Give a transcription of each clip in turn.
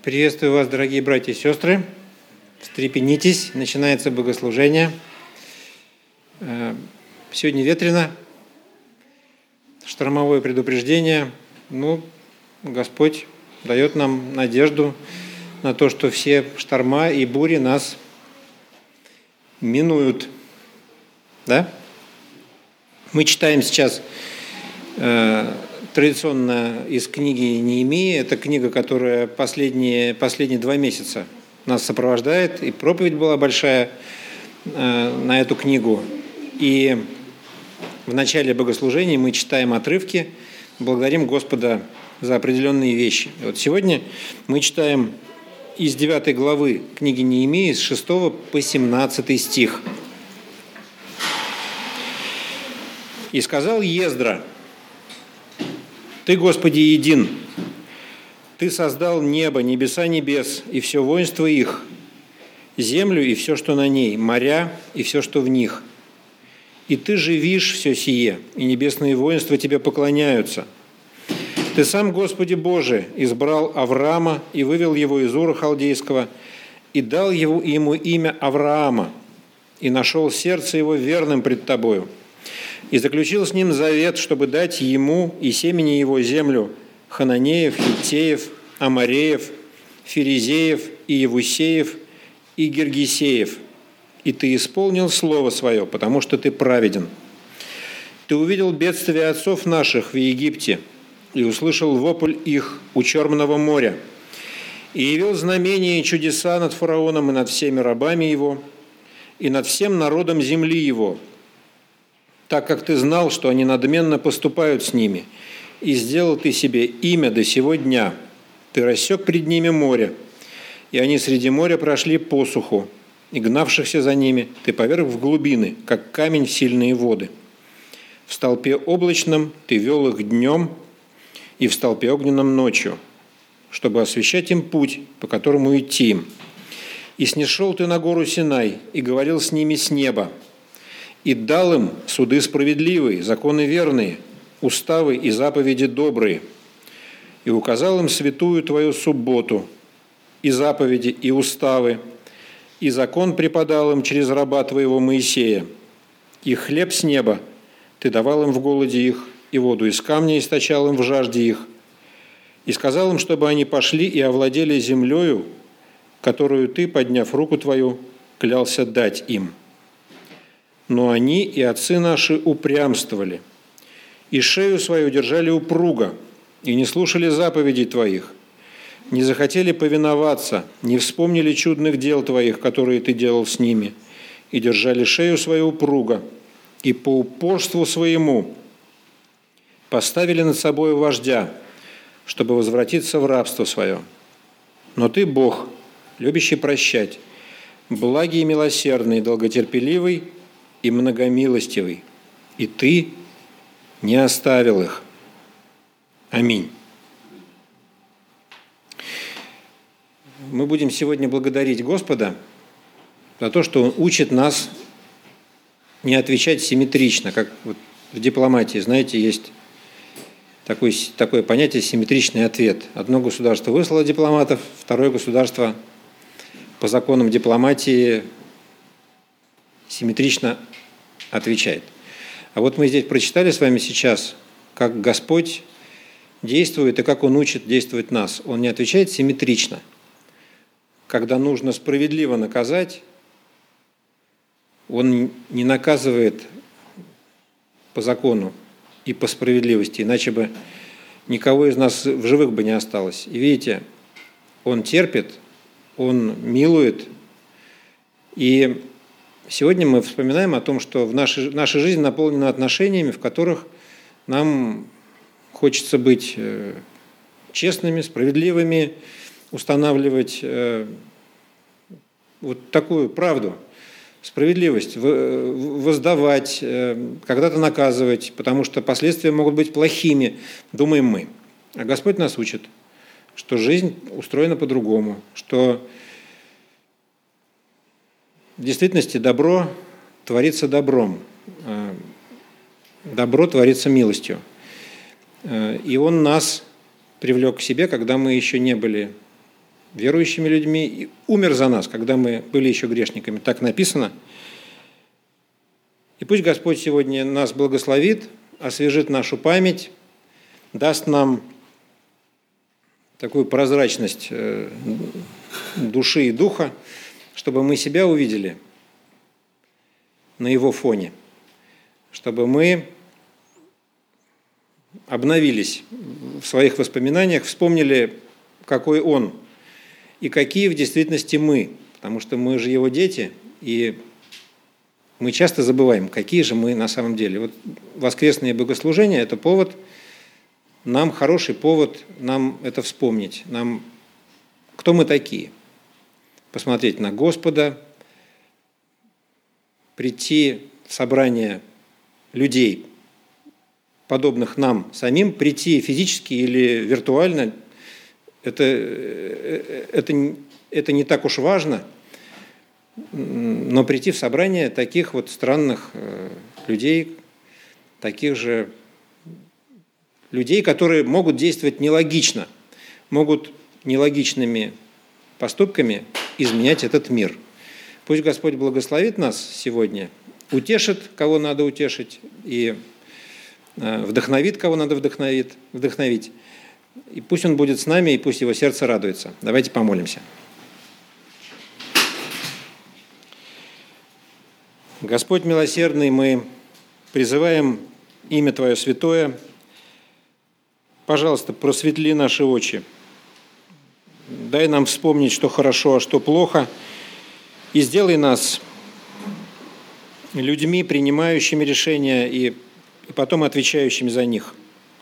Приветствую вас, дорогие братья и сестры. Встрепенитесь, начинается богослужение. Сегодня ветрено, штормовое предупреждение. Господь дает нам надежду на то, что все шторма и бури нас минуют. Да? Мы читаем сейчас традиционно из книги Неемии. Это книга, которая последние 2 месяца нас сопровождает. И проповедь была большая на эту книгу. И в начале богослужения мы читаем отрывки, благодарим Господа за определенные вещи. И вот сегодня мы читаем из 9 главы книги Неемии, с 6 по 17 стих. «И сказал Ездра: Ты, Господи, един. Ты создал небо, небеса небес и все воинство их, землю и все, что на ней, моря и все, что в них. И Ты живишь все сие, и небесные воинства Тебе поклоняются. Ты сам, Господи Боже, избрал Авраама и вывел его из Ура Халдейского, и дал ему имя Авраама, и нашел сердце его верным пред Тобою, и заключил с ним завет, чтобы дать ему и семени его землю Хананеев, Хиттеев, Амореев, Ферезеев и Евусеев и Гиргесеев. И Ты исполнил слово свое, потому что Ты праведен. Ты увидел бедствие отцов наших в Египте и услышал вопль их у Черного моря, и явил знамения и чудеса над фараоном и над всеми рабами его, и над всем народом земли его, так как Ты знал, что они надменно поступают с ними, и сделал Ты себе имя до сего дня. Ты рассек пред ними море, и они среди моря прошли посуху, и гнавшихся за ними Ты поверг в глубины, как камень в сильные воды. В столпе облачном Ты вел их днем, и в столпе огненном ночью, чтобы освещать им путь, по которому идти им. И снишел Ты на гору Синай, и говорил с ними с неба, и дал им суды справедливые, законы верные, уставы и заповеди добрые, и указал им святую Твою субботу, и заповеди, и уставы, и закон преподал им через раба Твоего Моисея, и хлеб с неба Ты давал им в голоде их, и воду из камня источал им в жажде их, и сказал им, чтобы они пошли и овладели землею, которую Ты, подняв руку Твою, клялся дать им. Но они и отцы наши упрямствовали, и шею свою держали упруго, и не слушали заповедей Твоих, не захотели повиноваться, не вспомнили чудных дел Твоих, которые Ты делал с ними, и держали шею свою упруго, и по упорству своему поставили над собой вождя, чтобы возвратиться в рабство свое. Но Ты, Бог, любящий прощать, благий и милосердный, долготерпеливый и многомилостивый, и Ты не оставил их. Аминь. Мы будем сегодня благодарить Господа за то, что Он учит нас не отвечать симметрично, как вот в дипломатии, знаете, есть такое понятие симметричный ответ. Одно государство выслало дипломатов, второе государство по законам дипломатии симметрично отвечает. А вот мы здесь прочитали с вами сейчас, как Господь действует и как Он учит действовать нас. Он не отвечает симметрично. Когда нужно справедливо наказать, Он не наказывает по закону и по справедливости, иначе бы никого из нас в живых бы не осталось. И видите, Он терпит, Он милует. И сегодня мы вспоминаем о том, что наша жизнь наполнена отношениями, в которых нам хочется быть честными, справедливыми, устанавливать вот такую правду, справедливость, воздавать, когда-то наказывать, потому что последствия могут быть плохими, думаем мы. А Господь нас учит, что жизнь устроена по-другому, что в действительности добро творится добром, добро творится милостью. И Он нас привлек к себе, когда мы еще не были верующими людьми и умер за нас, когда мы были еще грешниками. Так написано. И пусть Господь сегодня нас благословит, освежит нашу память, даст нам такую прозрачность души и духа, чтобы мы себя увидели на его фоне, чтобы мы обновились в своих воспоминаниях, вспомнили, какой он и какие в действительности мы, потому что мы же его дети, и мы часто забываем, какие же мы на самом деле. Вот воскресные богослужения – это повод, нам хороший повод нам это вспомнить, нам, кто мы такие, посмотреть на Господа, прийти в собрание людей, подобных нам самим, прийти физически или виртуально, это не так уж важно, но прийти в собрание таких вот странных людей, таких же людей, которые могут действовать нелогично, могут нелогичными поступками изменять этот мир. Пусть Господь благословит нас сегодня, утешит, кого надо утешить, и вдохновит, кого надо вдохновить. И пусть Он будет с нами, и пусть его сердце радуется. Давайте помолимся. Господь милосердный, мы призываем имя Твое святое. Пожалуйста, просветли наши очи. Дай нам вспомнить, что хорошо, а что плохо. И сделай нас людьми, принимающими решения и потом отвечающими за них.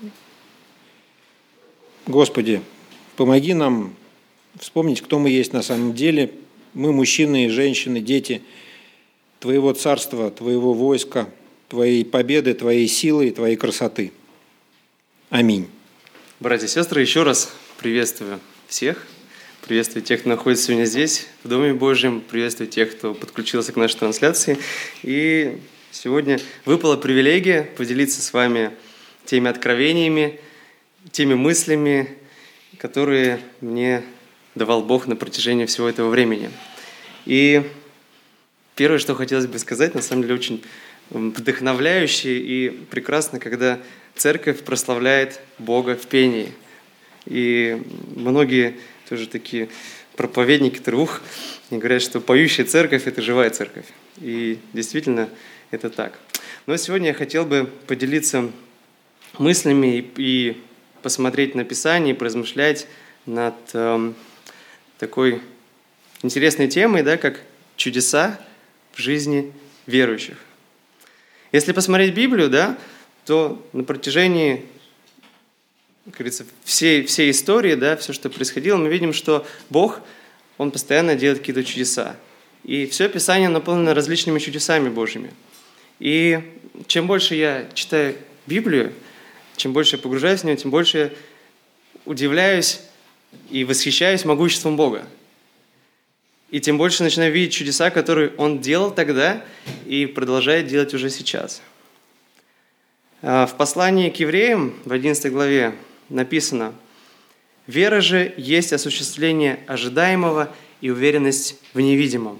Господи, помоги нам вспомнить, кто мы есть на самом деле. Мы мужчины и женщины, дети Твоего царства, Твоего войска, Твоей победы, Твоей силы и Твоей красоты. Аминь. Братья и сестры, еще раз приветствую всех. Приветствую тех, кто находится сегодня здесь, в Доме Божьем. Приветствую тех, кто подключился к нашей трансляции. И сегодня выпала привилегия поделиться с вами теми откровениями, теми мыслями, которые мне давал Бог на протяжении всего этого времени. И первое, что хотелось бы сказать, на самом деле очень вдохновляюще и прекрасно, когда церковь прославляет Бога в пении. И многие тоже такие проповедники, и говорят, что поющая церковь – это живая церковь. И действительно это так. Но сегодня я хотел бы поделиться мыслями и посмотреть на Писание, и поразмышлять над такой интересной темой, да, как чудеса в жизни верующих. Если посмотреть Библию, да, то на протяжении, как говорится, всей истории, да, все, что происходило, мы видим, что Бог, Он постоянно делает какие-то чудеса. И все Писание наполнено различными чудесами Божьими. И чем больше я читаю Библию, чем больше я погружаюсь в нее, тем больше я удивляюсь и восхищаюсь могуществом Бога. И тем больше начинаю видеть чудеса, которые Он делал тогда и продолжает делать уже сейчас. В послании к евреям в 11 главе написано: «Вера же есть осуществление ожидаемого и уверенность в невидимом».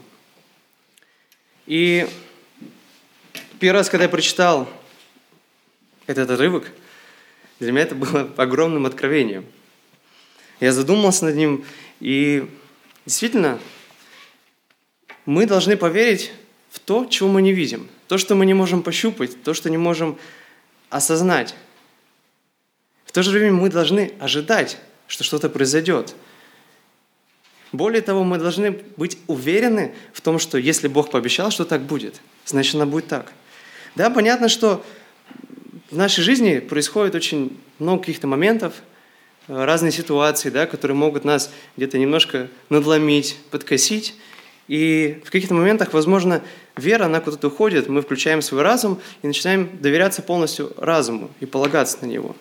И первый раз, когда я прочитал этот отрывок, для меня это было огромным откровением. Я задумался над ним, и действительно, мы должны поверить в то, чего мы не видим, то, что мы не можем пощупать, то, что не можем осознать. В то же время мы должны ожидать, что что-то произойдет. Более того, мы должны быть уверены в том, что если Бог пообещал, что так будет, значит, оно будет так. Да, понятно, что в нашей жизни происходит очень много каких-то моментов, разные ситуации, да, которые могут нас где-то немножко надломить, подкосить. И в каких-то моментах, возможно, вера, она куда-то уходит, мы включаем свой разум и начинаем доверяться полностью разуму и полагаться на него.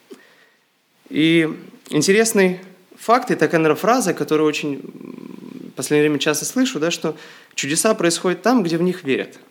И интересный факт, и такая, наверное, фраза, которую очень в последнее время часто слышу, да, что чудеса происходят там, где в них верят.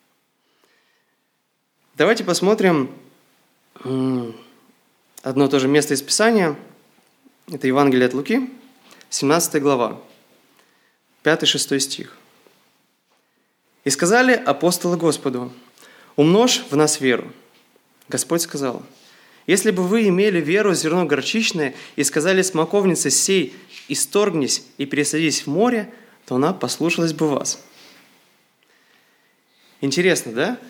Давайте посмотрим одно то же место из Писания. Это Евангелие от Луки, 17 глава, 5-6 стих. «И сказали апостолы Господу: умножь в нас веру. Господь сказал: если бы вы имели веру зерно горчичное и сказали смоковнице сей, исторгнись и пересадись в море, то она послушалась бы вас». Интересно, да?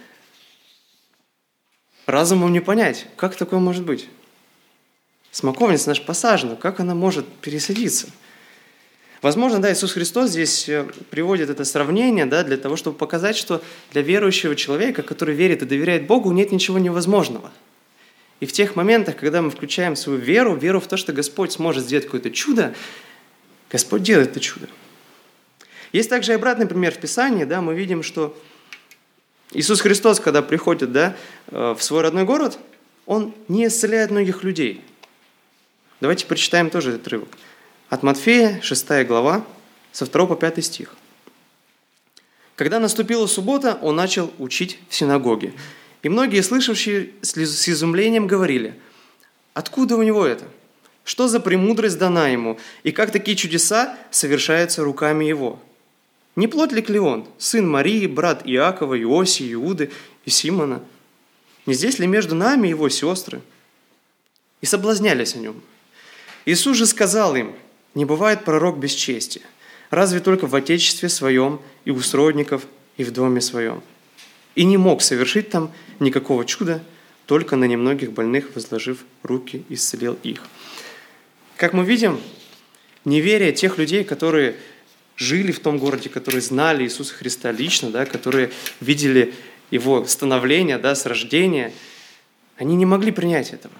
Разумом не понять, как такое может быть. Смоковница наша посажена, как она может пересадиться? Возможно, да, Иисус Христос здесь приводит это сравнение, да, для того, чтобы показать, что для верующего человека, который верит и доверяет Богу, нет ничего невозможного. И в тех моментах, когда мы включаем свою веру в то, что Господь сможет сделать какое-то чудо, Господь делает это чудо. Есть также и обратный пример в Писании, да, мы видим, что Иисус Христос, когда приходит, да, в свой родной город, Он не исцеляет многих людей. Давайте прочитаем тоже этот отрывок. От Матфея, 6 глава, со 2 по 5 стих. «Когда наступила суббота, Он начал учить в синагоге. И многие, слышавшие с изумлением, говорили: откуда у Него это? Что за премудрость дана Ему? И как такие чудеса совершаются руками Его? Не плоть ли Он, сын Марии, брат Иакова, Иосии, Иуды и Симона? Не здесь ли между нами Его сестры?» И соблазнялись о Нем. Иисус же сказал им: не бывает пророк без чести, разве только в отечестве своем и у сродников, и в доме своем. И не мог совершить там никакого чуда, только на немногих больных, возложив руки, исцелил их. Как мы видим, неверие тех людей, которые жили в том городе, которые знали Иисуса Христа лично, да, которые видели Его становление, да, с рождения, они не могли принять этого.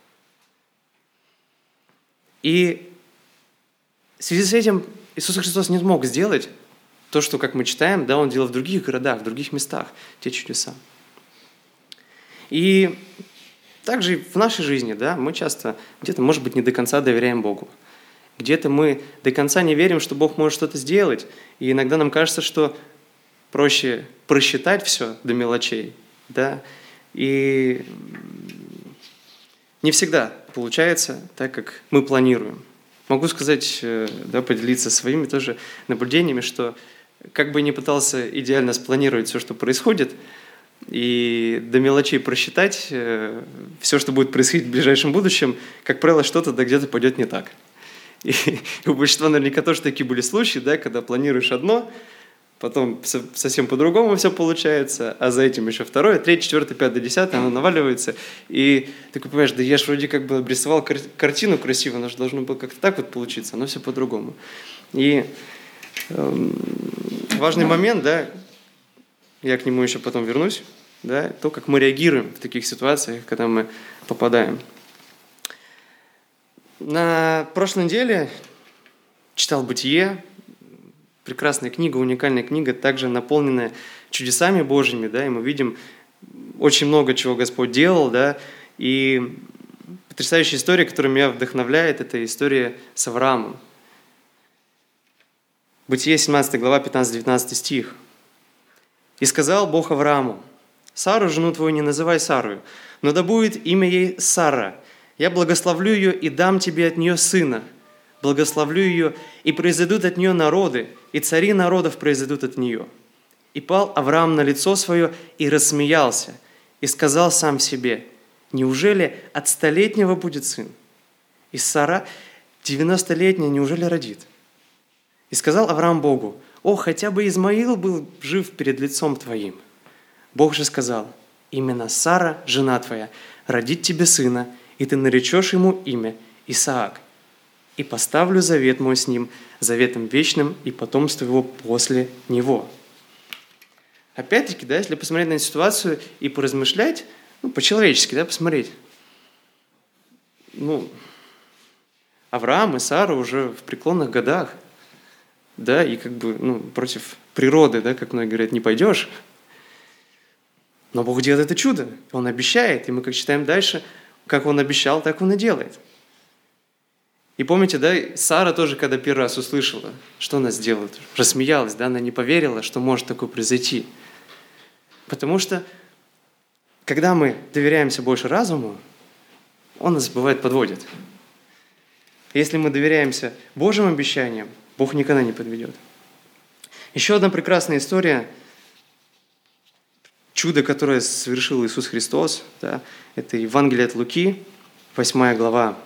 И в связи с этим Иисус Христос не смог сделать то, что, как мы читаем, да, Он делал в других городах, в других местах, те чудеса. И также в нашей жизни, да, мы часто где-то, может быть, не до конца доверяем Богу. Где-то мы до конца не верим, что Бог может что-то сделать. И иногда нам кажется, что проще просчитать все до мелочей, да, и не всегда получается так, как мы планируем. Могу сказать, да, поделиться своими тоже наблюдениями, что как бы ни пытался идеально спланировать все, что происходит, и до мелочей просчитать все, что будет происходить в ближайшем будущем, как правило, что-то да где-то пойдет не так. И у большинства наверняка тоже такие были случаи, да, когда планируешь одно, потом совсем по-другому все получается, а за этим еще второе, третье, четвертое, пятое, десятое, оно наваливается. И ты понимаешь, да я же вроде как бы обрисовал картину красиво, оно же должно было как-то так вот получиться, но все по-другому. И важный момент, да, я к нему еще потом вернусь, да, то, как мы реагируем в таких ситуациях, когда мы попадаем. На прошлой неделе читал «Бытие», прекрасная книга, уникальная книга, также наполненная чудесами Божьими, да, и мы видим очень много чего Господь делал, да, и потрясающая история, которая меня вдохновляет, это история с Авраамом. Бытие, 17 глава, 15-19 стих. «И сказал Бог Аврааму: Сару, жену твою, не называй Сарою, но да будет имя ей Сара. Я благословлю ее и дам тебе от нее сына. Благословлю ее, и произойдут от нее народы, и цари народов произойдут от нее. И пал Авраам на лицо свое и рассмеялся, и сказал сам себе: неужели от 100-летнего будет сын? И Сара 90-летняя неужели родит? И сказал Авраам Богу: о, хотя бы Измаил был жив перед лицом твоим. Бог же сказал: именно Сара, жена твоя, родит тебе сына, и ты наречешь ему имя Исаак. И поставлю завет мой с ним, заветом вечным, и потомство его после него». Опять-таки, да, если посмотреть на эту ситуацию и поразмышлять, по-человечески, да, посмотреть. Авраам и Сара уже в преклонных годах, да, и как бы, против природы, да, как многие говорят, не пойдешь. Но Бог делает это чудо, Он обещает, и мы, как читаем дальше, как Он обещал, так Он и делает. И помните, да, Сара тоже, когда первый раз услышала, что она сделала, рассмеялась, да, она не поверила, что может такое произойти. Потому что, когда мы доверяемся больше разуму, он нас, бывает, подводит. Если мы доверяемся Божьим обещаниям, Бог никогда не подведет. Еще одна прекрасная история, чудо, которое совершил Иисус Христос, да, это Евангелие от Луки, 8 глава,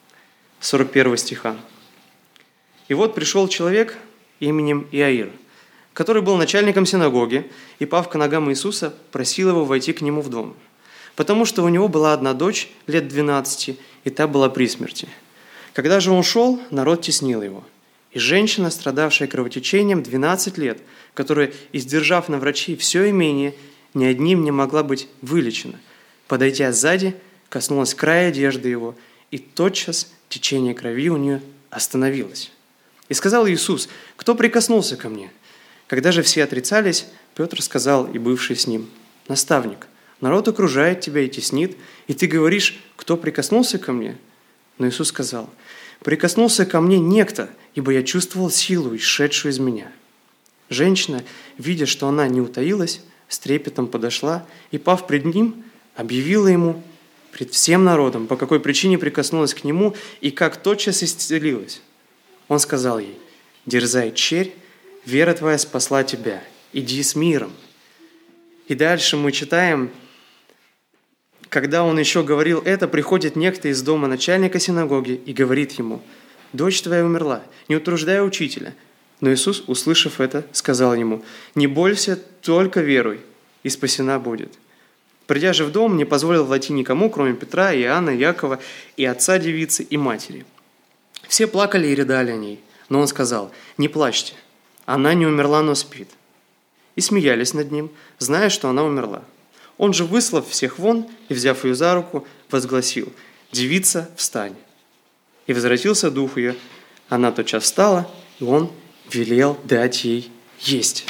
41 стиха. «И вот пришел человек именем Иаир, который был начальником синагоги, и, пав к ногам Иисуса, просил его войти к нему в дом, потому что у него была одна дочь лет 12, и та была при смерти. Когда же он шел, народ теснил его. И женщина, страдавшая кровотечением 12 лет, которая, издержав на врачей все имение, ни одним не могла быть вылечена, подойдя сзади, коснулась края одежды его, и тотчас течение крови у нее остановилось. И сказал Иисус: «Кто прикоснулся ко мне?» Когда же все отрицались, Петр сказал и бывший с ним: «Наставник, народ окружает тебя и теснит, и ты говоришь: кто прикоснулся ко мне?» Но Иисус сказал: «Прикоснулся ко мне некто, ибо я чувствовал силу, исшедшую из меня». Женщина, видя, что она не утаилась, с трепетом подошла и, пав пред ним, объявила ему пред всем народом, по какой причине прикоснулась к нему и как тотчас исцелилась. Он сказал ей: «Дерзай, черь, вера твоя спасла тебя, иди с миром». И дальше мы читаем, когда он еще говорил это, приходит некто из дома начальника синагоги и говорит ему: «Дочь твоя умерла, не утруждая учителя». Но Иисус, услышав это, сказал ему: «Не бойся, только веруй, и спасена будет». Придя же в дом, не позволил войти никому, кроме Петра, Иоанна, Якова и отца девицы и матери. Все плакали и рыдали о ней, но он сказал: «Не плачьте, она не умерла, но спит». И смеялись над ним, зная, что она умерла. Он же, выслав всех вон и, взяв ее за руку, возгласил: «Девица, встань!» И возвратился дух ее, она тотчас встала, и он велел дать ей есть.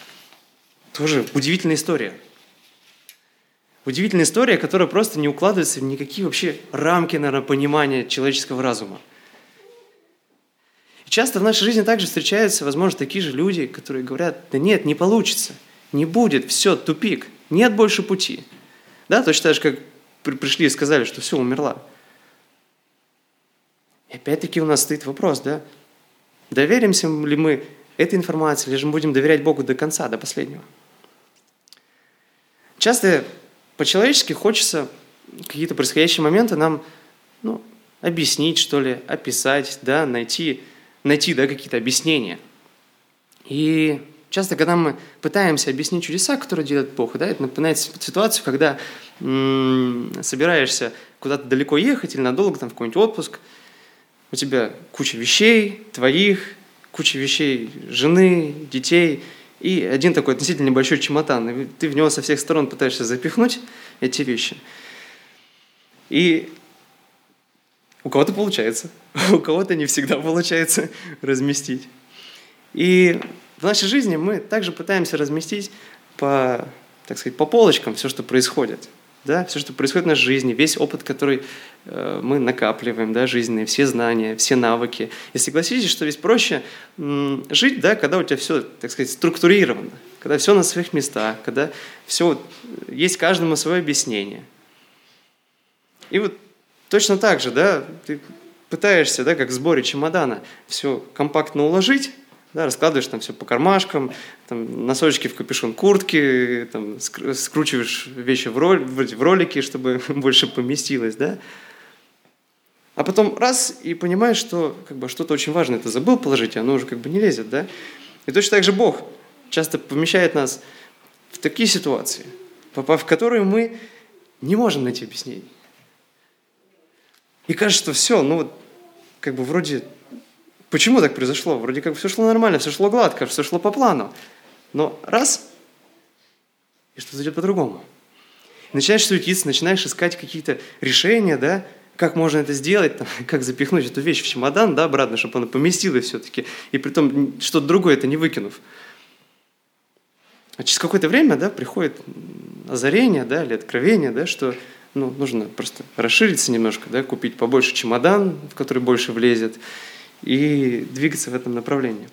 Тоже удивительная история. Удивительная история, которая просто не укладывается в никакие вообще рамки, наверное, понимания человеческого разума. И часто в нашей жизни также встречаются, возможно, такие же люди, которые говорят: да нет, не получится, не будет, все, тупик, нет больше пути. Да, точно так же, как пришли и сказали, что все, умерла. И опять-таки у нас стоит вопрос, да, доверимся ли мы этой информации, или же мы будем доверять Богу до конца, до последнего. Часто по-человечески хочется какие-то происходящие моменты нам объяснить, что ли, описать, да, найти какие-то объяснения. И часто, когда мы пытаемся объяснить чудеса, которые делает Бог, да, это напоминает ситуацию, когда собираешься куда-то далеко ехать или надолго, там, в какой-нибудь отпуск, у тебя куча вещей твоих, куча вещей жены, детей, и один такой относительно небольшой чемодан, и ты в него со всех сторон пытаешься запихнуть эти вещи. И у кого-то получается, у кого-то не всегда получается разместить. И в нашей жизни мы также пытаемся разместить по полочкам все, что происходит. Да? Все, что происходит в нашей жизни, весь опыт, который мы накапливаем, да, жизненные, все знания, все навыки. И согласитесь, что ведь проще жить, да, когда у тебя все, так сказать, структурировано, когда все на своих местах, когда все есть каждому свое объяснение. И вот точно так же, да, ты пытаешься, да, как в сборе чемодана, все компактно уложить, да, раскладываешь там все по кармашкам, там, носочки в капюшон куртки, там, скручиваешь вещи в ролики, чтобы больше поместилось, да. А потом раз и понимаешь, что что-то очень важное ты забыл положить, и оно уже не лезет, да. И точно так же Бог часто помещает нас в такие ситуации, попав в которые мы не можем найти объяснений. И кажется, что все, вроде... Почему так произошло? Вроде все шло нормально, все шло гладко, все шло по плану. Но раз, и что-то идет по-другому. И начинаешь суетиться, начинаешь искать какие-то решения, да, как можно это сделать, там, как запихнуть эту вещь в чемодан, да, обратно, чтобы она поместилась все-таки, и при том что-то другое это не выкинув. А через какое-то время, да, приходит озарение, да, или откровение, да, что нужно просто расшириться немножко, да, купить побольше чемодан, в который больше влезет, и двигаться в этом направлении.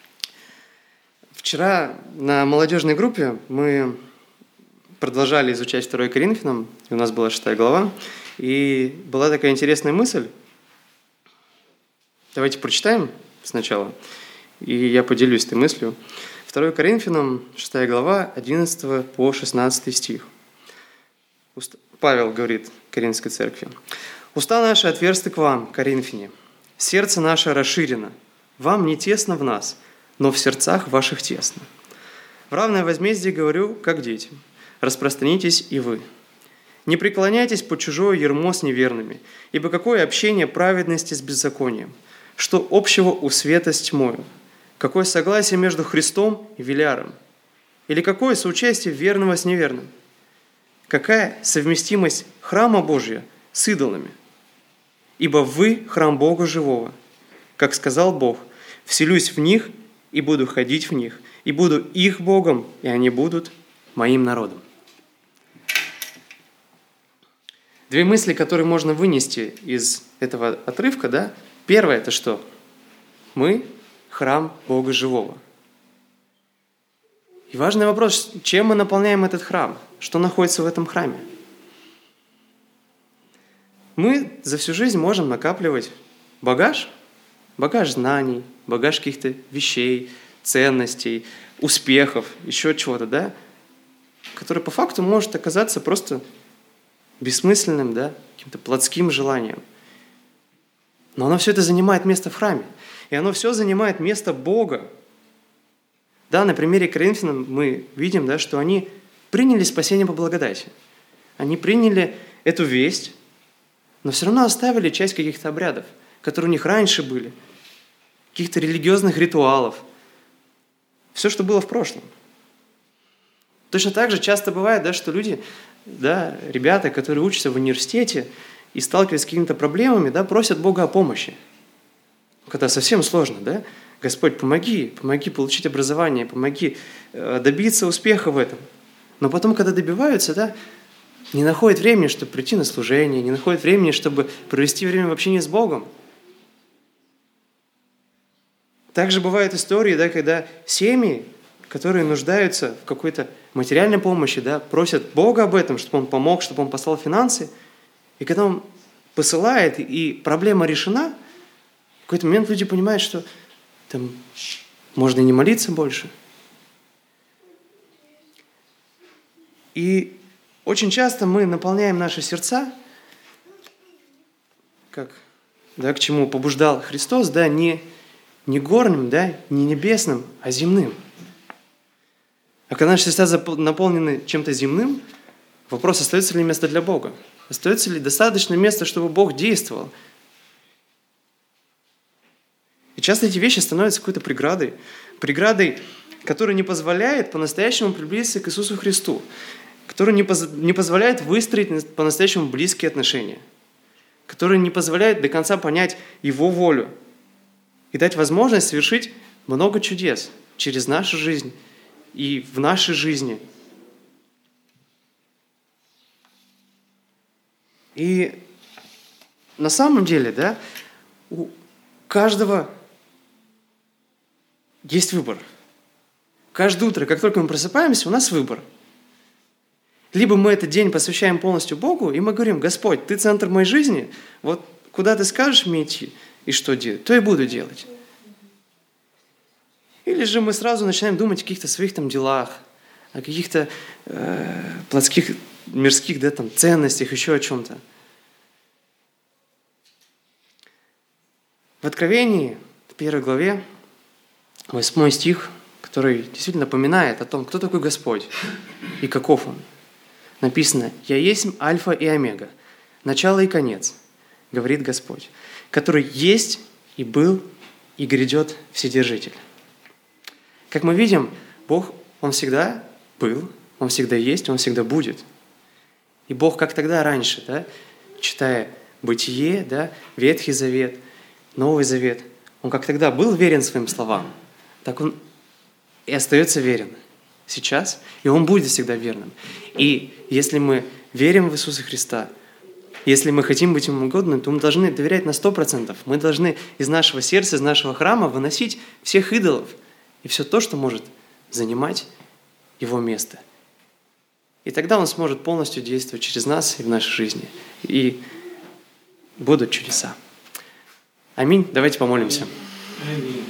Вчера на молодежной группе мы продолжали изучать 2 Коринфянам, и у нас была 6 глава, и была такая интересная мысль. Давайте прочитаем сначала, и я поделюсь этой мыслью. 2 Коринфянам, 6 глава, 11 по 16 стих. Павел говорит Коринфской церкви. «Уста наши отверсты к вам, коринфяне, сердце наше расширено, вам не тесно в нас, но в сердцах ваших тесно. В равное возмездие говорю, как дети, распространитесь и вы. Не преклоняйтесь под чужое ярмо с неверными, ибо какое общение праведности с беззаконием? Что общего у света с тьмою? Какое согласие между Христом и Велиаром? Или какое соучастие верного с неверным? Какая совместимость храма Божия с идолами? Ибо вы храм Бога живого. Как сказал Бог, вселюсь в них и буду ходить в них, и буду их Богом, и они будут моим народом». Две мысли, которые можно вынести из этого отрывка, да? Первое – это что? Мы – храм Бога живого. И важный вопрос, чем мы наполняем этот храм? Что находится в этом храме? Мы за всю жизнь можем накапливать багаж знаний, багаж каких-то вещей, ценностей, успехов, еще чего-то, да? Который по факту может оказаться просто бессмысленным, да, каким-то плотским желанием. Но оно все это занимает место в храме. И оно все занимает место Бога. Да, на примере Коринфян мы видим, да, что они приняли спасение по благодати. Они приняли эту весть, но все равно оставили часть каких-то обрядов, которые у них раньше были, каких-то религиозных ритуалов. Все, что было в прошлом. Точно так же часто бывает, да, что люди, да, ребята, которые учатся в университете и сталкиваются с какими-то проблемами, да, просят Бога о помощи. Когда совсем сложно, да? Господь, помоги получить образование, помоги добиться успеха в этом. Но потом, когда добиваются, да, не находят времени, чтобы прийти на служение, не находят времени, чтобы провести время в общении с Богом. Также бывают истории, да, когда семьи, которые нуждаются в какой-то материальной помощи, да, просят Бога об этом, чтобы Он помог, чтобы Он послал финансы. И когда Он посылает, и проблема решена, в какой-то момент люди понимают, что там можно и не молиться больше. И очень часто мы наполняем наши сердца, как, да, к чему побуждал Христос, да, не горным, да, не небесным, а земным. А когда наши сердца наполнены чем-то земным, вопрос, остается ли место для Бога? Остается ли достаточно места, чтобы Бог действовал? И часто эти вещи становятся какой-то преградой, которая не позволяет по-настоящему приблизиться к Иисусу Христу, которая не позволяет выстроить по-настоящему близкие отношения, которая не позволяет до конца понять Его волю и дать возможность совершить много чудес через нашу жизнь и в нашей жизни. И на самом деле, да, у каждого есть выбор. Каждое утро, как только мы просыпаемся, у нас выбор. Либо мы этот день посвящаем полностью Богу, и мы говорим: Господь, Ты центр моей жизни, вот куда Ты скажешь мне идти и что делать, то и буду делать. Или же мы сразу начинаем думать о каких-то своих там делах, о каких-то плотских, мирских, да, там, ценностях, еще о чем-то. В Откровении, в 1 главе, 8 стих, который действительно напоминает о том, кто такой Господь и каков Он. Написано: «Я есть Альфа и Омега, начало и конец, говорит Господь, который есть и был и грядет Вседержитель». Как мы видим, Бог, Он всегда был, Он всегда есть, Он всегда будет. И Бог, как тогда раньше, да, читая Бытие, да, Ветхий Завет, Новый Завет, Он как тогда был верен своим словам, так Он и остается верен сейчас, и Он будет всегда верным. И если мы верим в Иисуса Христа, если мы хотим быть Ему угодными, то мы должны доверять на 100%. Мы должны из нашего сердца, из нашего храма выносить всех идолов и все то, что может занимать Его место. И тогда Он сможет полностью действовать через нас и в нашей жизни. И будут чудеса. Аминь. Давайте помолимся. Аминь.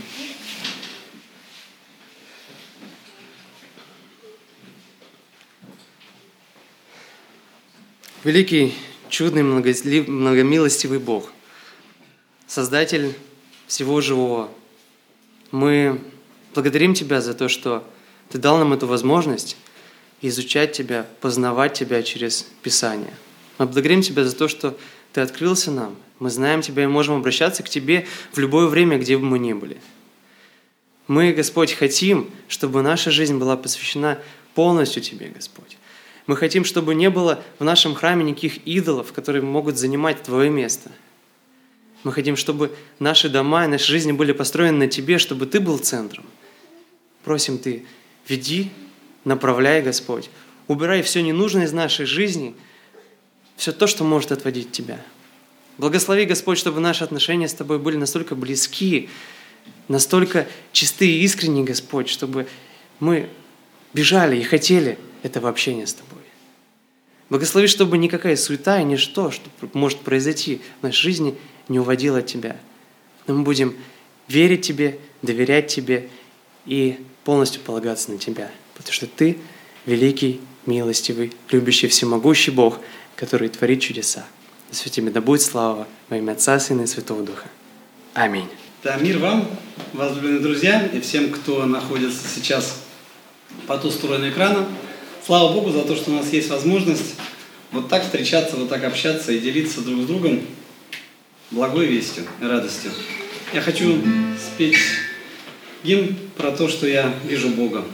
Великий, чудный, многомилостивый Бог, Создатель всего живого, мы благодарим Тебя за то, что Ты дал нам эту возможность изучать Тебя, познавать Тебя через Писание. Мы благодарим Тебя за то, что Ты открылся нам. Мы знаем Тебя и можем обращаться к Тебе в любое время, где бы мы ни были. Мы, Господь, хотим, чтобы наша жизнь была посвящена полностью Тебе, Господь. Мы хотим, чтобы не было в нашем храме никаких идолов, которые могут занимать Твое место. Мы хотим, чтобы наши дома и наши жизни были построены на Тебе, чтобы Ты был центром. Просим Ты, веди, направляй, Господь. Убирай все ненужное из нашей жизни, все то, что может отводить Тебя. Благослови, Господь, чтобы наши отношения с Тобой были настолько близки, настолько чистые и искренние, Господь, чтобы мы бежали и хотели этого общения с Тобой. Благослови, чтобы никакая суета и ничто, что может произойти в нашей жизни, не уводило от Тебя. Но мы будем верить Тебе, доверять Тебе и полностью полагаться на Тебя, потому что Ты великий, милостивый, любящий, всемогущий Бог, который творит чудеса. Да Тебе да будет слава во имя Отца, Сына и Святого Духа. Аминь. Да, мир вам, возлюбленные друзья, и всем, кто находится сейчас по ту сторону экрана. Слава Богу за то, что у нас есть возможность вот так встречаться, вот так общаться и делиться друг с другом благой вестью и радостью. Я хочу спеть гимн про то, что я вижу Бога.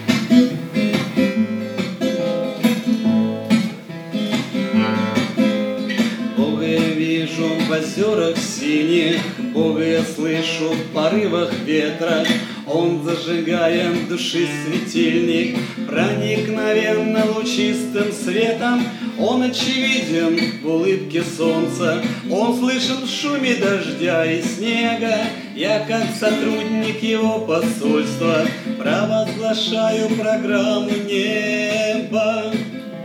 Бога я вижу в озерах синих, Бога я слышу в порывах ветра. Он зажигает души светильник проникновенно лучистым светом. Он очевиден в улыбке солнца, он слышен в шуме дождя и снега. Я, как сотрудник его посольства, провозглашаю программу неба.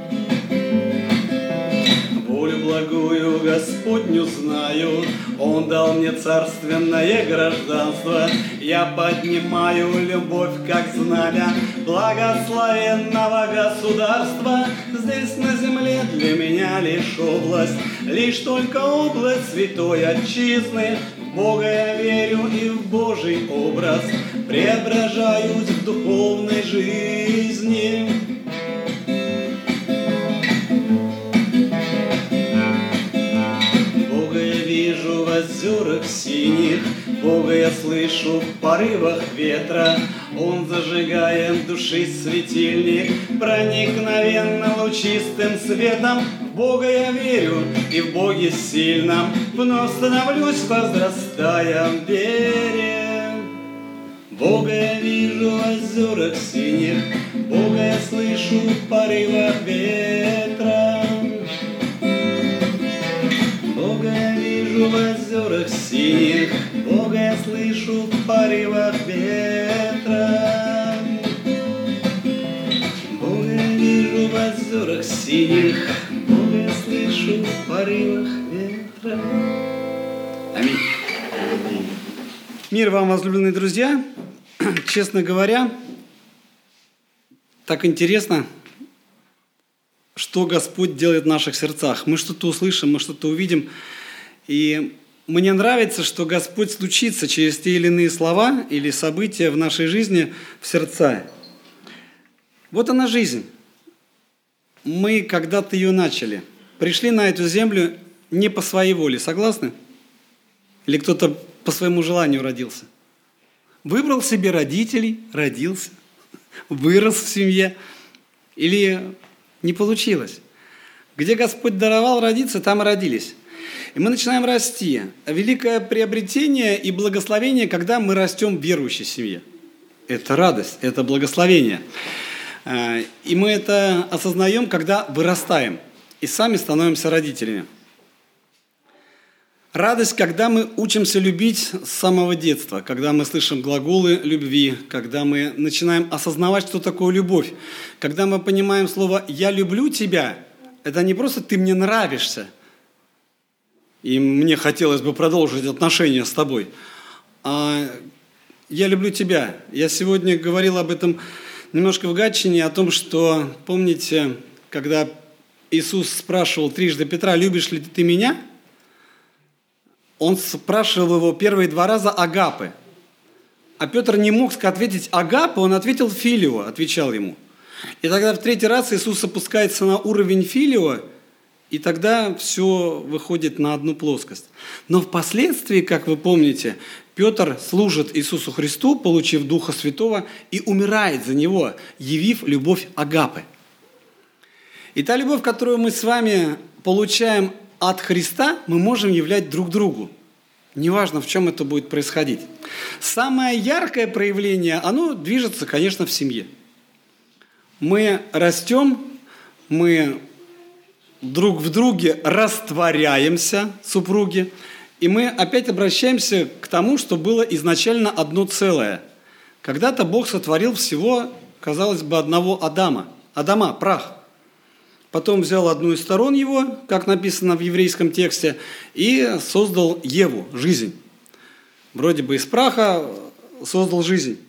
Волю благую Господню знаю, Он дал мне царственное гражданство. Я поднимаю любовь, как знамя благословенного государства. Здесь на земле для меня лишь область, лишь только область святой отчизны. В Бога я верю и в Божий образ преображаюсь в духовной жизни. В озерах синих, Бога я слышу в порывах ветра. Он зажигает души светильник проникновенно лучистым светом. В Бога я верю и в Боге сильном вновь становлюсь, возрастая в вере. Бога я вижу в озерах синих, Бога я слышу в порывах ветра. Бога я вижу в озерах синих, Бога я слышу в порывах ветра. Бога я вижу в озерах синих, Бога я слышу в порывах ветра. Аминь. Мир вам, возлюбленные друзья. Честно говоря, так интересно, что Господь делает в наших сердцах. Мы что-то услышим, мы что-то увидим. И мне нравится, что Господь случится через те или иные слова или события в нашей жизни, в сердца. Вот она жизнь. Мы когда-то ее начали. Пришли на эту землю не по своей воле. Согласны? Или кто-то по своему желанию родился? Выбрал себе родителей, родился, вырос в семье. Или не получилось. Где Господь даровал родиться, там и родились. И мы начинаем расти. Великое приобретение и благословение, когда мы растем в верующей семье. Это радость, это благословение. И мы это осознаем, когда вырастаем и сами становимся родителями. Радость, когда мы учимся любить с самого детства, когда мы слышим глаголы любви, когда мы начинаем осознавать, что такое любовь, когда мы понимаем слово «я люблю тебя», это не просто «ты мне нравишься». и мне хотелось бы продолжить отношения с тобой. А я люблю тебя. Я сегодня говорил об этом немножко в Гатчине, о том, что, помните, когда Иисус спрашивал трижды Петра: «Любишь ли ты меня?» Он спрашивал его первые 2 раза агапы. А Петр не мог ответить агапы, он ответил филио, отвечал ему. И тогда в 3-й раз Иисус опускается на уровень филио, и тогда все выходит на одну плоскость. Но впоследствии, как вы помните, Петр служит Иисусу Христу, получив Духа Святого, и умирает за Него, явив любовь агапы. И та любовь, которую мы с вами получаем от Христа, мы можем являть друг другу. Неважно, в чем это будет происходить. Самое яркое проявление, оно движется, конечно, в семье. Мы растем, мы друг в друге растворяемся, супруги, и мы опять обращаемся к тому, что было изначально одно целое. Когда-то Бог сотворил всего, казалось бы, одного Адама, прах. Потом взял одну из сторон его, как написано в еврейском тексте, и создал Еву, жизнь. Вроде бы из праха создал жизнь.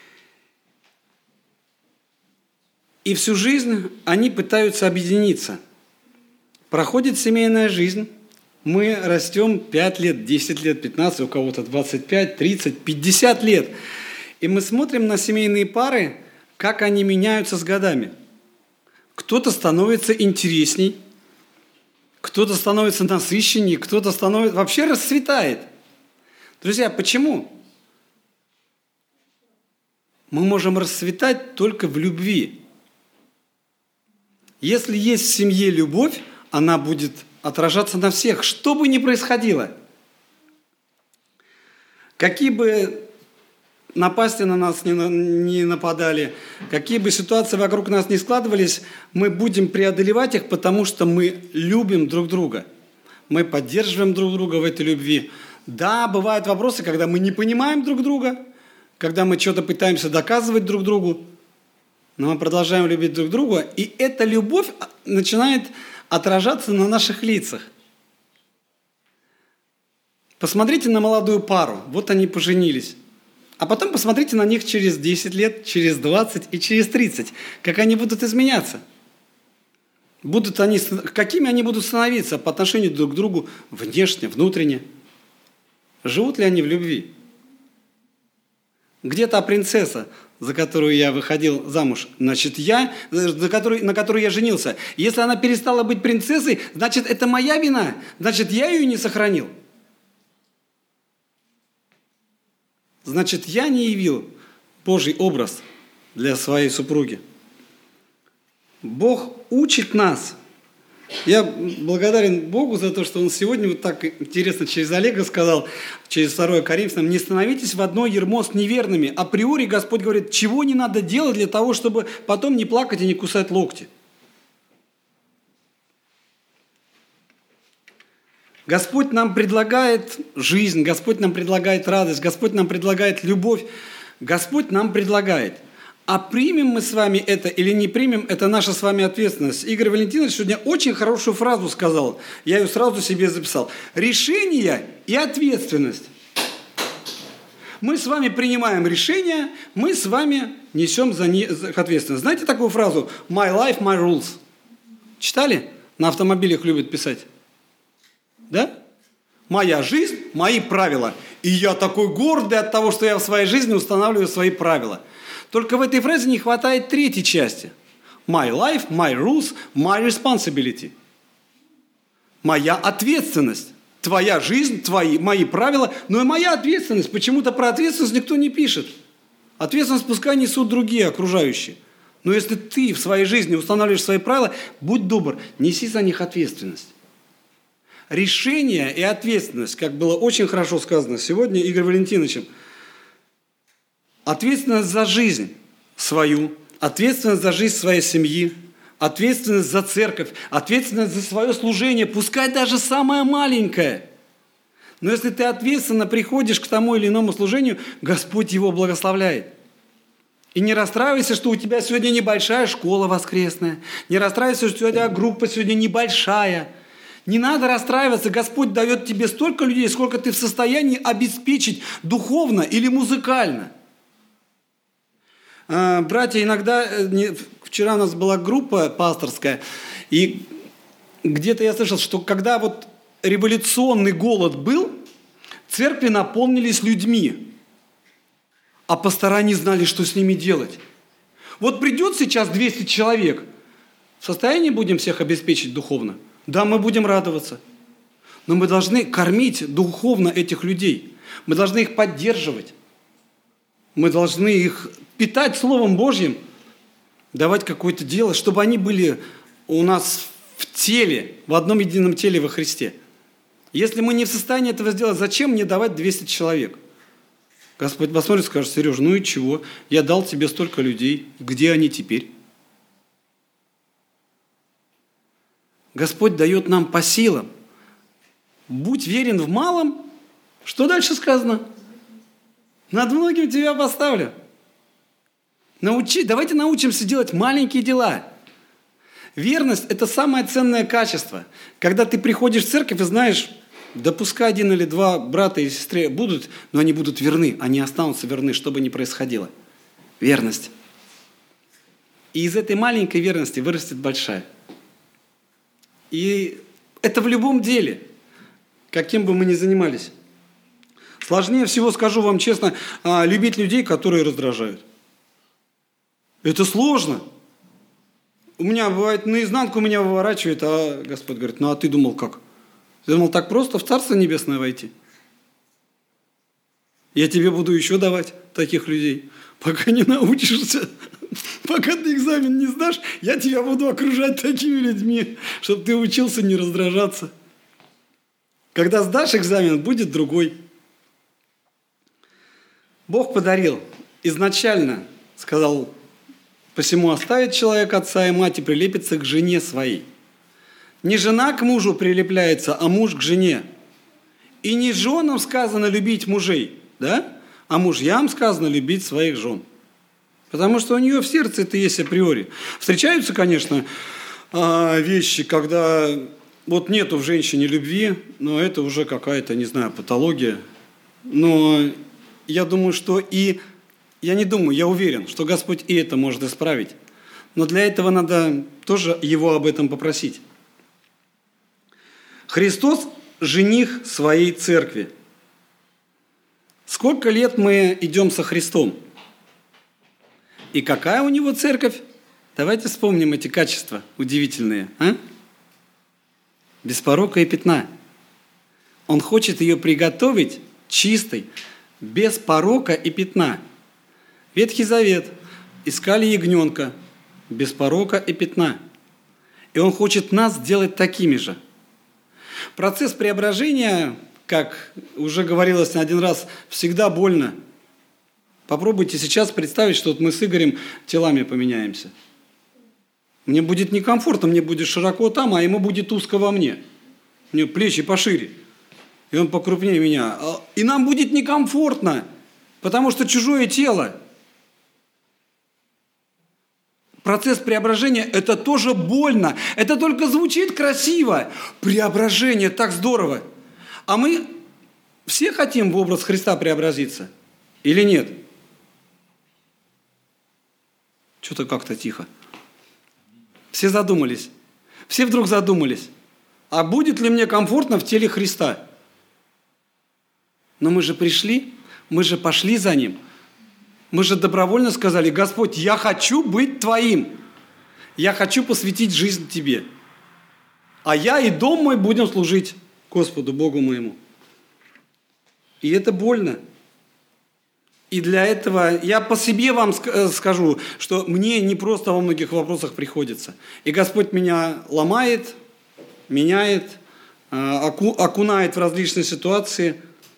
И всю жизнь они пытаются объединиться. Проходит семейная жизнь, мы растем 5 лет, 10 лет, 15, у кого-то 25, 30, 50 лет. И мы смотрим на семейные пары, как они меняются с годами. Кто-то становится интересней, кто-то становится насыщенней, кто-то становится... вообще расцветает. Друзья, почему? Мы можем расцветать только в любви. Если есть в семье любовь, она будет отражаться на всех, что бы ни происходило. Какие бы напасти на нас не нападали, какие бы ситуации вокруг нас не складывались, мы будем преодолевать их, потому что мы любим друг друга. Мы поддерживаем друг друга в этой любви. Да, бывают вопросы, когда мы не понимаем друг друга, когда мы что-то пытаемся доказывать друг другу, но мы продолжаем любить друг друга, и эта любовь начинает отражаться на наших лицах. Посмотрите на молодую пару, вот они поженились. А потом посмотрите на них через 10 лет, через 20 и через 30, как они будут изменяться. Какими они будут становиться по отношению друг к другу внешне, внутренне. Живут ли они в любви? Где та принцесса, за которую я выходил замуж? Значит, на которой я женился. Если она перестала быть принцессой, значит, это моя вина. Значит, я ее не сохранил. Значит, я не явил Божий образ для своей супруги. Бог учит нас. Я благодарен Богу за то, что Он сегодня вот так интересно через Олега сказал, через 2 Коринфянам: не становитесь в одно ярмо с неверными. Априори Господь говорит, чего не надо делать для того, чтобы потом не плакать и не кусать локти. Господь нам предлагает жизнь, Господь нам предлагает радость, Господь нам предлагает любовь, Господь нам предлагает. А примем мы с вами это или не примем, это наша с вами ответственность. Игорь Валентинович сегодня очень хорошую фразу сказал, я ее сразу себе записал. Решение и ответственность. Мы с вами принимаем решения, мы с вами несем за них ответственность. Знаете такую фразу «My life, my rules»? Читали? На автомобилях любят писать. Да? Моя жизнь, мои правила. И я такой гордый от того, что я в своей жизни устанавливаю свои правила. Только в этой фразе не хватает 3-й части. My life, my rules, my responsibility. Моя ответственность. Твоя жизнь, мои правила, но и моя ответственность. Почему-то про ответственность никто не пишет. Ответственность пускай несут другие, окружающие. Но если ты в своей жизни устанавливаешь свои правила, будь добр, неси за них ответственность. Решение и ответственность, как было очень хорошо сказано сегодня Игорем Валентиновичем. Ответственность за жизнь свою, ответственность за жизнь своей семьи, ответственность за церковь, ответственность за свое служение, пускай даже самое маленькое. Но если ты ответственно приходишь к тому или иному служению, Господь его благословляет. И не расстраивайся, что у тебя сегодня небольшая школа воскресная, не расстраивайся, что у тебя группа сегодня небольшая. Не надо расстраиваться, Господь дает тебе столько людей, сколько ты в состоянии обеспечить духовно или музыкально. Братья, иногда, вчера у нас была группа пасторская, и где-то я слышал, что когда вот революционный голод был, церкви наполнились людьми, а пастора не знали, что с ними делать. Вот придет сейчас 200 человек, в состоянии будем всех обеспечить духовно? Да, мы будем радоваться. Но мы должны кормить духовно этих людей. Мы должны их поддерживать. Мы должны их питать Словом Божьим, давать какое-то дело, чтобы они были у нас в теле, в одном едином теле во Христе. Если мы не в состоянии этого сделать, зачем мне давать 200 человек? Господь посмотрит и скажет: Сережа, ну и чего? Я дал тебе столько людей. Где они теперь? Господь дает нам по силам. Будь верен в малом. Что дальше сказано? Над многим тебя поставлю. Давайте научимся делать маленькие дела. Верность – это самое ценное качество. Когда ты приходишь в церковь и знаешь, да пускай 1 или 2 брата и сестры будут, но они будут верны, они останутся верны, что бы ни происходило. Верность. И из этой маленькой верности вырастет большая. И это в любом деле, каким бы мы ни занимались. Сложнее всего, скажу вам честно, любить людей, которые раздражают. Это сложно. У меня бывает, наизнанку меня выворачивает, а Господь говорит: ну а ты думал как? Ты думал так просто в Царство Небесное войти? Я тебе буду еще давать таких людей, пока не научишься. Пока ты экзамен не сдашь, я тебя буду окружать такими людьми, чтобы ты учился не раздражаться. Когда сдашь экзамен, будет другой. Бог подарил изначально, сказал: посему оставит человек отца и мать и прилепится к жене своей. Не жена к мужу прилепляется, а муж к жене. И не женам сказано любить мужей, да? А мужьям сказано любить своих жен. Потому что у нее в сердце это есть априори. Встречаются, конечно, вещи, когда вот нету в женщине любви, но это уже какая-то, не знаю, патология. Но я думаю, что я уверен, что Господь и это может исправить. Но для этого надо тоже Его об этом попросить. Христос – жених своей церкви. Сколько лет мы идем со Христом? И какая у Него церковь? Давайте вспомним эти качества удивительные. Без порока и пятна. Он хочет ее приготовить чистой, без порока и пятна. Ветхий Завет искали ягненка, без порока и пятна. И Он хочет нас сделать такими же. Процесс преображения, как уже говорилось не один раз, всегда больно. Попробуйте сейчас представить, что вот мы с Игорем телами поменяемся. Мне будет некомфортно, мне будет широко там, а ему будет узко во мне. У него плечи пошире, и он покрупнее меня. И нам будет некомфортно, потому что чужое тело. Процесс преображения – это тоже больно. Это только звучит красиво. Преображение, так здорово. А мы все хотим в образ Христа преобразиться? Или нет? Что-то как-то тихо. Все задумались. Все вдруг задумались. А будет ли мне комфортно в теле Христа? Но мы же пришли, мы же пошли за Ним. Мы же добровольно сказали: Господь, я хочу быть Твоим. Я хочу посвятить жизнь Тебе. А я и дом мой будем служить Господу, Богу моему. И это больно. И для этого я по себе вам скажу, что мне не просто во многих вопросах приходится. И Господь меня ломает, меняет, окунает в различные ситуации,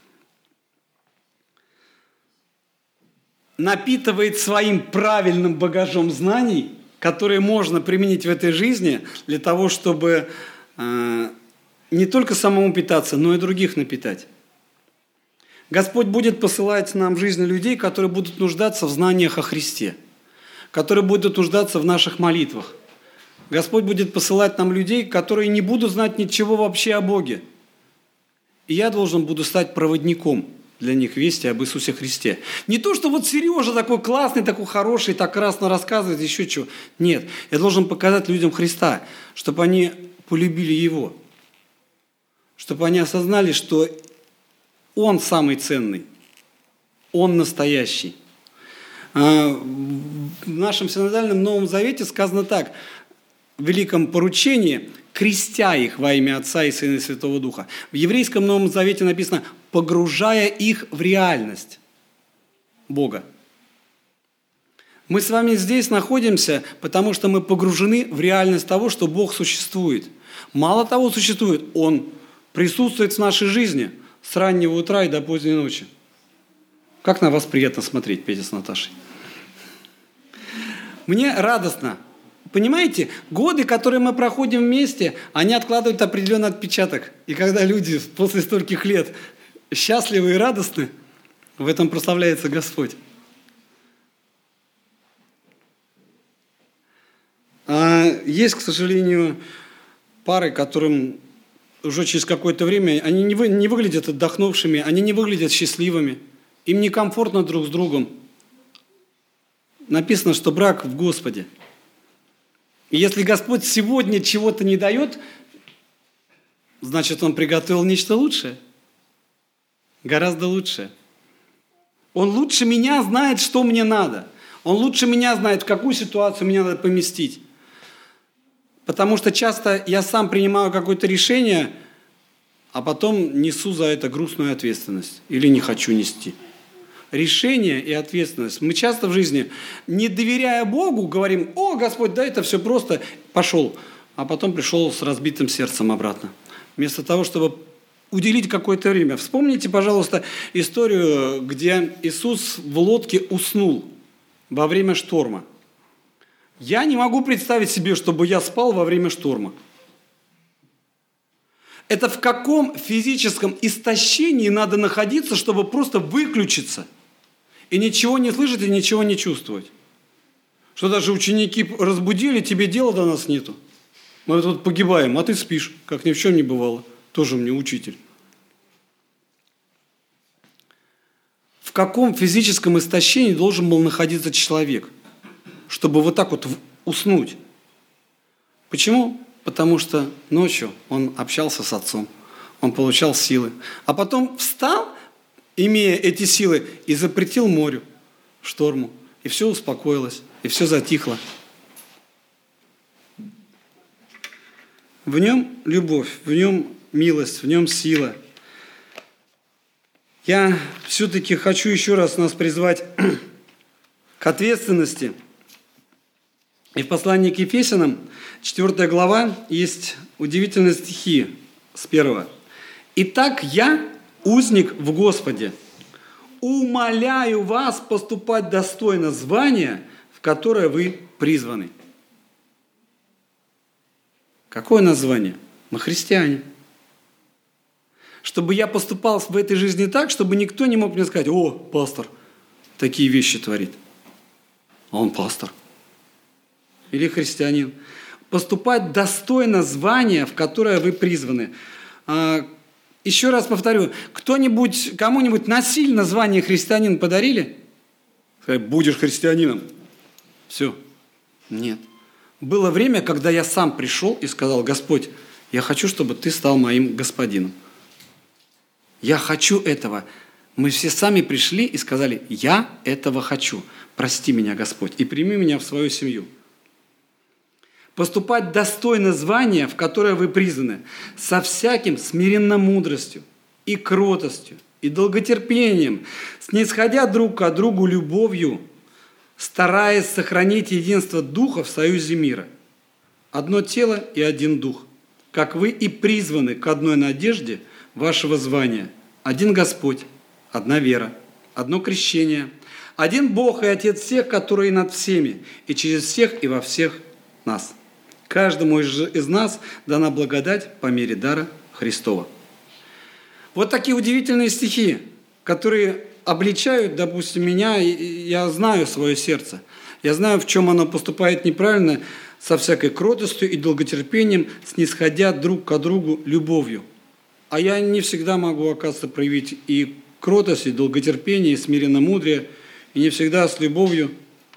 напитывает своим правильным багажом знаний, которые можно применить в этой жизни для того, чтобы не только самому питаться, но и других напитать. Господь будет посылать нам в жизнь людей, которые будут нуждаться в знаниях о Христе, которые будут нуждаться в наших молитвах, Господь будет посылать нам людей, которые не будут знать ничего вообще о Боге. И я должен буду стать проводником для них вести об Иисусе Христе. Не то, что вот Сережа такой классный, такой хороший, так красно рассказывает, еще чего. Нет, я должен показать людям Христа, чтобы они полюбили Его. Чтобы они осознали, что Он самый ценный, Он настоящий. В нашем синодальном Новом Завете сказано так, в великом поручении, крестя их во имя Отца и Сына и Святого Духа. В еврейском Новом Завете написано, погружая их в реальность Бога. Мы с вами здесь находимся, потому что мы погружены в реальность того, что Бог существует. Мало того существует, Он присутствует в нашей жизни с раннего утра и до поздней ночи. Как на вас приятно смотреть, Петя с Наташей. Мне радостно. Понимаете, годы, которые мы проходим вместе, они откладывают определенный отпечаток. И когда люди после стольких лет счастливы и радостны, в этом прославляется Господь. А есть, к сожалению, пары, которым уже через какое-то время, они не выглядят отдохнувшими, они не выглядят счастливыми, им некомфортно друг с другом. Написано, что брак в Господе. И если Господь сегодня чего-то не дает, значит, Он приготовил нечто лучшее. Гораздо лучшее. Он лучше меня знает, что мне надо. Он лучше меня знает, в какую ситуацию меня надо поместить. Потому что часто я сам принимаю какое-то решение, а потом несу за это грустную ответственность. Или не хочу нести. Решение и ответственность. Мы часто в жизни, не доверяя Богу, говорим, о, Господь, да это все просто, пошел. А потом пришел с разбитым сердцем обратно. Вместо того, чтобы уделить какое-то время. Вспомните, пожалуйста, историю, где Иисус в лодке уснул во время шторма. Я не могу представить себе, чтобы я спал во время шторма. Это в каком физическом истощении надо находиться, чтобы просто выключиться и ничего не слышать и ничего не чувствовать? Что даже ученики разбудили, тебе дела до нас нету. Мы тут погибаем, а ты спишь, как ни в чем не бывало. Тоже мне учитель. В каком физическом истощении должен был находиться человек, чтобы вот так вот уснуть? Почему? Потому что ночью он общался с Отцом, он получал силы. А потом встал, имея эти силы, и запретил морю, шторму. И все успокоилось, и все затихло. В нем любовь, в нем милость, в нем сила. Я все-таки хочу еще раз нас призвать к ответственности. И в послании к Ефесянам, 4 глава, есть удивительные стихи с 1. «Итак, я, узник в Господе, умоляю вас поступать достойно звания, в которое вы призваны». Какое название? Мы христиане. Чтобы я поступал в этой жизни так, чтобы никто не мог мне сказать, о, пастор, такие вещи творит. А он пастор. Или христианин. Поступать достойно звания, в которое вы призваны. Еще раз повторю, кому-нибудь насильно звание христианин подарили? Сказали, будешь христианином. Все. Нет. Было время, когда я сам пришел и сказал, Господь, я хочу, чтобы ты стал моим господином. Я хочу этого. Мы все сами пришли и сказали, я этого хочу. Прости меня, Господь, и прими меня в свою семью. Поступать достойно звания, в которое вы призваны, со всяким смиренно-мудростью и кротостью, и долготерпением, снисходя друг к другу любовью, стараясь сохранить единство Духа в союзе мира. Одно тело и один Дух, как вы и призваны к одной надежде вашего звания. Один Господь, одна вера, одно крещение, один Бог и Отец всех, который над всеми, и через всех и во всех нас. Каждому из нас дана благодать по мере дара Христова. Вот такие удивительные стихи, которые обличают, допустим, меня, я знаю свое сердце. Я знаю, в чем оно поступает неправильно, со всякой кротостью и долготерпением, снисходя друг к другу любовью. А я не всегда могу, оказывается, проявить и кротость, и долготерпение, и смиренно-мудрее, и не всегда с любовью.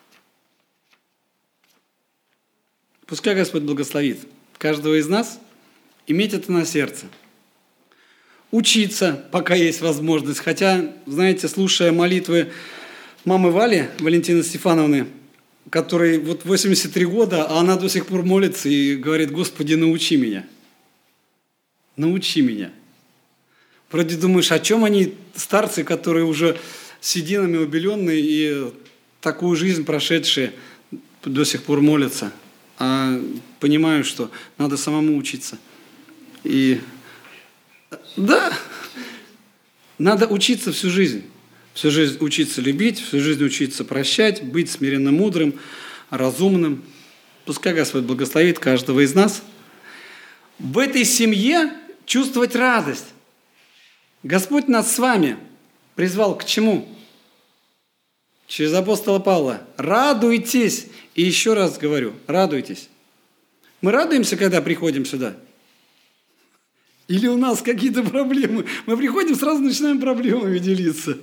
Пускай Господь благословит каждого из нас иметь это на сердце. Учиться, пока есть возможность. Хотя, знаете, слушая молитвы мамы Вали, Валентины Стефановны, которой вот 83 года, а она до сих пор молится и говорит: «Господи, научи меня». Научи меня. Вроде думаешь, о чем они, старцы, которые уже сединами убеленные и такую жизнь прошедшие, до сих пор молятся. А понимаю, что надо самому учиться. И да, надо учиться всю жизнь. Всю жизнь учиться любить, всю жизнь учиться прощать, быть смиренно мудрым, разумным. Пускай Господь благословит каждого из нас. В этой семье чувствовать радость. Господь нас с вами призвал к чему? Через апостола Павла. Радуйтесь. И еще раз говорю, радуйтесь. Мы радуемся, когда приходим сюда? Или у нас какие-то проблемы? Мы приходим, сразу начинаем проблемами делиться.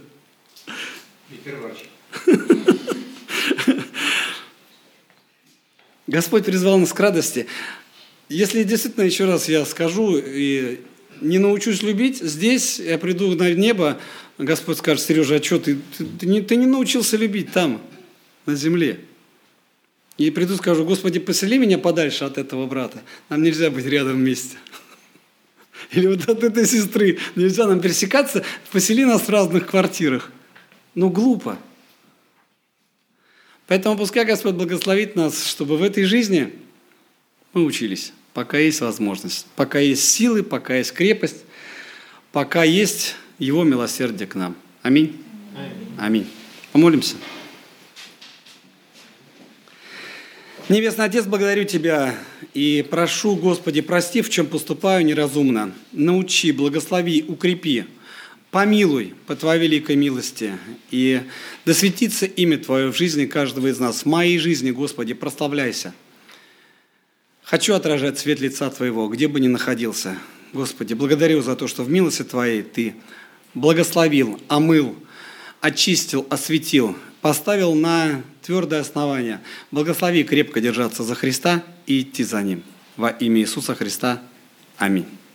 Господь призвал нас к радости. Если действительно, еще раз я скажу, и не научусь любить, здесь я приду на небо, Господь скажет: Сережа, а что, ты не научился любить там, на земле? И приду, скажу: Господи, посели меня подальше от этого брата, нам нельзя быть рядом вместе. Или вот от этой сестры, нельзя нам пересекаться, посели нас в разных квартирах. Ну, глупо. Поэтому пускай Господь благословит нас, чтобы в этой жизни мы учились, пока есть возможность, пока есть силы, пока есть крепость, пока есть Его милосердие к нам. Аминь. Аминь. Помолимся. Небесный Отец, благодарю Тебя и прошу, Господи, прости, в чем поступаю неразумно. Научи, благослови, укрепи, помилуй по Твоей великой милости. И да светится имя Твое в жизни каждого из нас. В моей жизни, Господи, прославляйся. Хочу отражать свет лица Твоего, где бы ни находился. Господи, благодарю за то, что в милости Твоей Ты благословил, омыл, очистил, осветил, поставил на твердое основание. Благослови крепко держаться за Христа и идти за Ним. Во имя Иисуса Христа. Аминь.